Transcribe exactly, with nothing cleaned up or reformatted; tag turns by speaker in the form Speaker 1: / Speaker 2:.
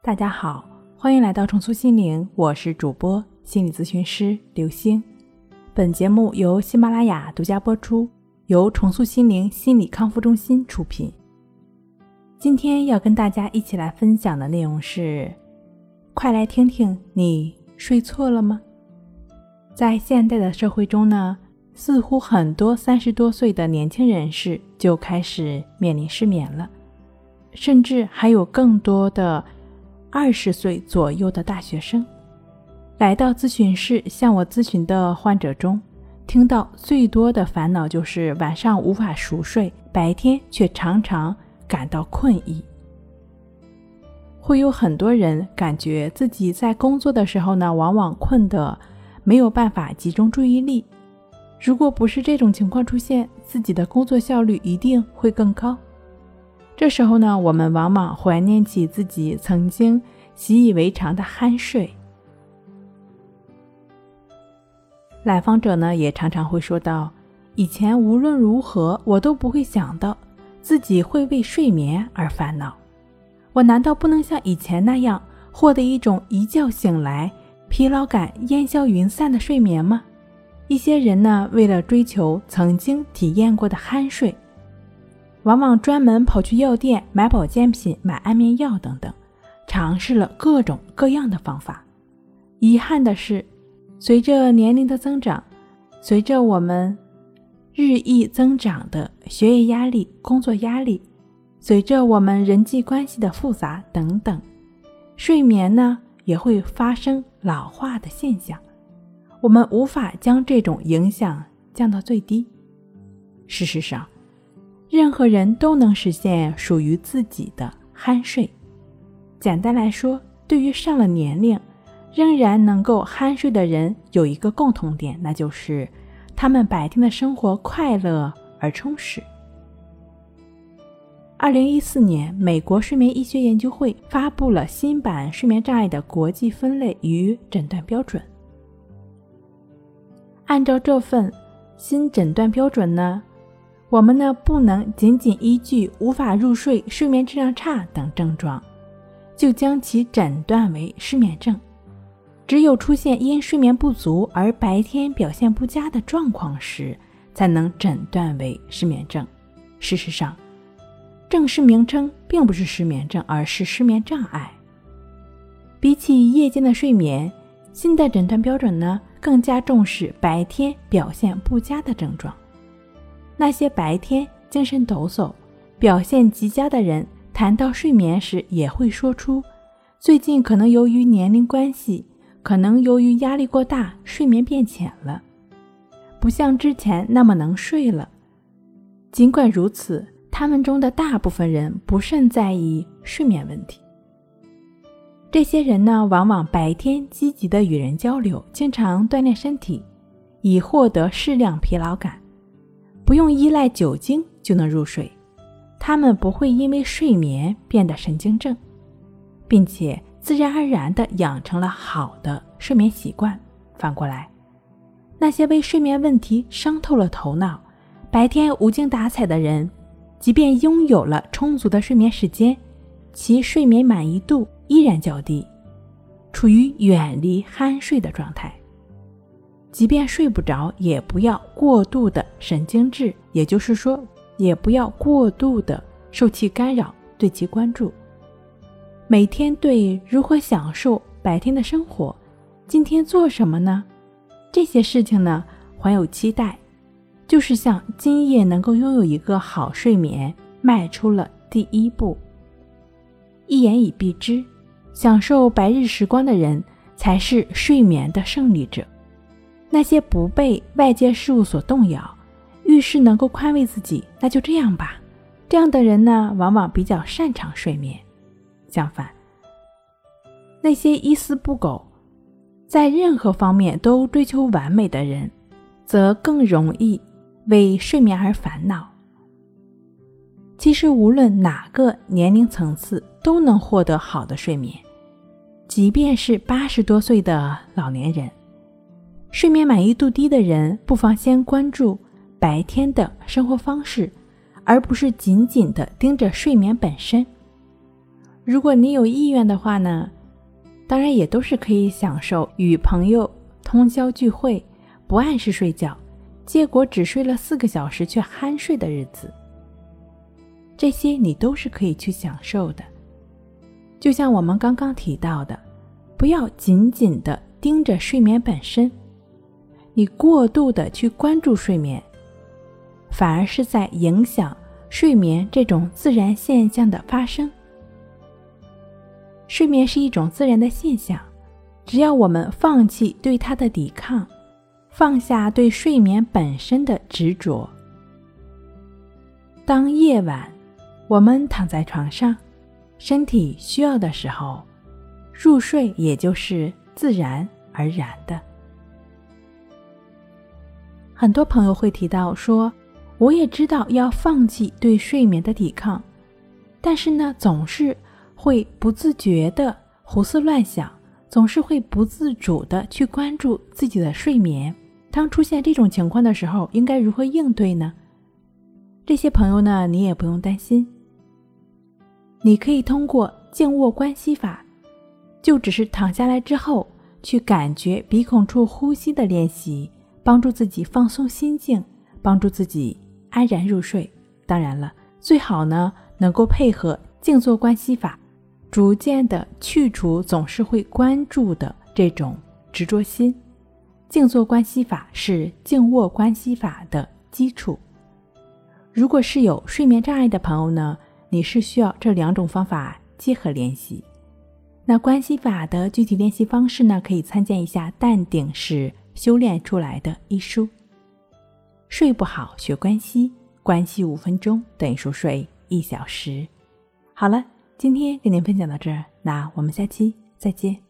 Speaker 1: 大家好，欢迎来到重塑心灵，我是主播心理咨询师刘星。本节目由喜马拉雅独家播出，由重塑心灵心理康复中心出品。今天要跟大家一起来分享的内容是：快来听听你睡错了吗？在现代的社会中呢，似乎很多三十多岁的年轻人士就开始面临失眠了，甚至还有更多的二十岁左右的大学生来到咨询室向我咨询的患者中，听到最多的烦恼就是晚上无法熟睡，白天却常常感到困意。会有很多人感觉自己在工作的时候呢，往往困得没有办法集中注意力。如果不是这种情况出现，自己的工作效率一定会更高。这时候呢，我们往往怀念起自己曾经习以为常的酣睡。来访者呢，也常常会说到，以前无论如何我都不会想到自己会为睡眠而烦恼，我难道不能像以前那样获得一种一觉醒来疲劳感烟消云散的睡眠吗？一些人呢，为了追求曾经体验过的酣睡，往往专门跑去药店买保健品、买安眠药等等，尝试了各种各样的方法。遗憾的是，随着年龄的增长，随着我们日益增长的学业压力、工作压力，随着我们人际关系的复杂等等，睡眠呢也会发生老化的现象，我们无法将这种影响降到最低。事实上，任何人都能实现属于自己的酣睡。简单来说，对于上了年龄仍然能够酣睡的人有一个共同点，那就是他们白天的生活快乐而充实。二零一四年，美国睡眠医学研究会发布了新版睡眠障碍的国际分类与诊断标准。按照这份新诊断标准呢，我们呢不能仅仅依据无法入睡、睡眠质量差等症状，就将其诊断为失眠症。只有出现因睡眠不足而白天表现不佳的状况时，才能诊断为失眠症。事实上，正式名称并不是失眠症，而是失眠障碍。比起夜间的睡眠，新的诊断标准呢，更加重视白天表现不佳的症状。那些白天精神抖擞、表现极佳的人，谈到睡眠时也会说出，最近可能由于年龄关系，可能由于压力过大，睡眠变浅了，不像之前那么能睡了。尽管如此，他们中的大部分人不甚在意睡眠问题。这些人呢，往往白天积极地与人交流，经常锻炼身体，以获得适量疲劳感，不用依赖酒精就能入睡。他们不会因为睡眠变得神经症，并且自然而然地养成了好的睡眠习惯。反过来，那些为睡眠问题伤透了头脑，白天无精打采的人，即便拥有了充足的睡眠时间，其睡眠满意度依然较低，处于远离酣睡的状态。即便睡不着，也不要过度的神经质，也就是说，也不要过度的受其干扰，对其关注。每天对如何享受白天的生活，今天做什么呢？这些事情呢，怀有期待，就是向今夜能够拥有一个好睡眠迈出了第一步。一言以蔽之，享受白日时光的人才是睡眠的胜利者。那些不被外界事物所动摇，遇事能够宽慰自己，那就这样吧，这样的人呢，往往比较擅长睡眠。相反，那些一丝不苟，在任何方面都追求完美的人，则更容易为睡眠而烦恼。其实无论哪个年龄层次都能获得好的睡眠，即便是八十多岁的老年人。睡眠满意度低的人，不妨先关注白天的生活方式，而不是紧紧地盯着睡眠本身。 如果你有意愿的话呢，当然也都是可以享受与朋友通宵聚会，不按时睡觉，结果只睡了四个小时却酣睡的日子，这些你都是可以去享受的。就像我们刚刚提到的，不要紧紧地盯着睡眠本身，你过度地去关注睡眠，反而是在影响睡眠这种自然现象的发生。睡眠是一种自然的现象，只要我们放弃对它的抵抗，放下对睡眠本身的执着，当夜晚我们躺在床上，身体需要的时候，入睡也就是自然而然的。很多朋友会提到说，我也知道要放弃对睡眠的抵抗，但是呢，总是会不自觉地胡思乱想，总是会不自主地去关注自己的睡眠。当出现这种情况的时候，应该如何应对呢？这些朋友呢，你也不用担心，你可以通过静卧关系法，就只是躺下来之后去感觉鼻孔处呼吸的练习，帮助自己放松心境，帮助自己安然入睡。当然了，最好呢能够配合静坐关系法，逐渐的去除总是会关注的这种执着心。静坐关系法是静卧关系法的基础。如果是有睡眠障碍的朋友呢，你是需要这两种方法结合练习。那关系法的具体练习方式呢，可以参见一下淡定是修炼出来的一书。睡不好学关系，关系五分钟等于熟睡一小时。好了，今天跟您分享到这儿，那我们下期再见。